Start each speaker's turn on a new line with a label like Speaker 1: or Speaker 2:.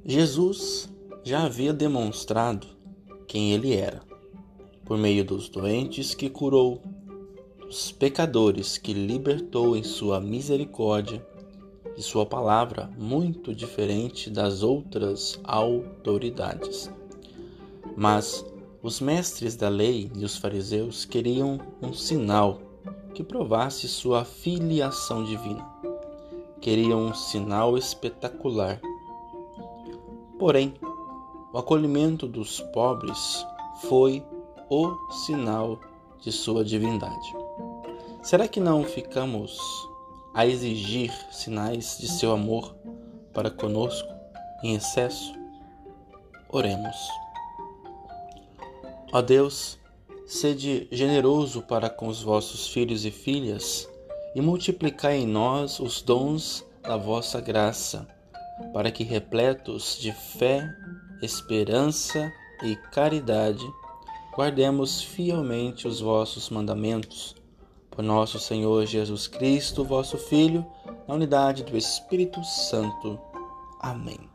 Speaker 1: Jesus já havia demonstrado quem ele era, por meio dos doentes que curou, dos pecadores que libertou em sua misericórdia e sua palavra muito diferente das outras autoridades. Mas os mestres da lei e os fariseus queriam um sinal que provasse sua filiação divina. Queriam um sinal espetacular. Porém, o acolhimento dos pobres foi o sinal de sua divindade. Será que não ficamos a exigir sinais de seu amor para conosco em excesso? Oremos. Ó Deus, sede generoso para com os vossos filhos e filhas e multiplicai em nós os dons da vossa graça, para que, repletos de fé, esperança e caridade, guardemos fielmente os vossos mandamentos. Por nosso Senhor Jesus Cristo, vosso Filho, na unidade do Espírito Santo. Amém.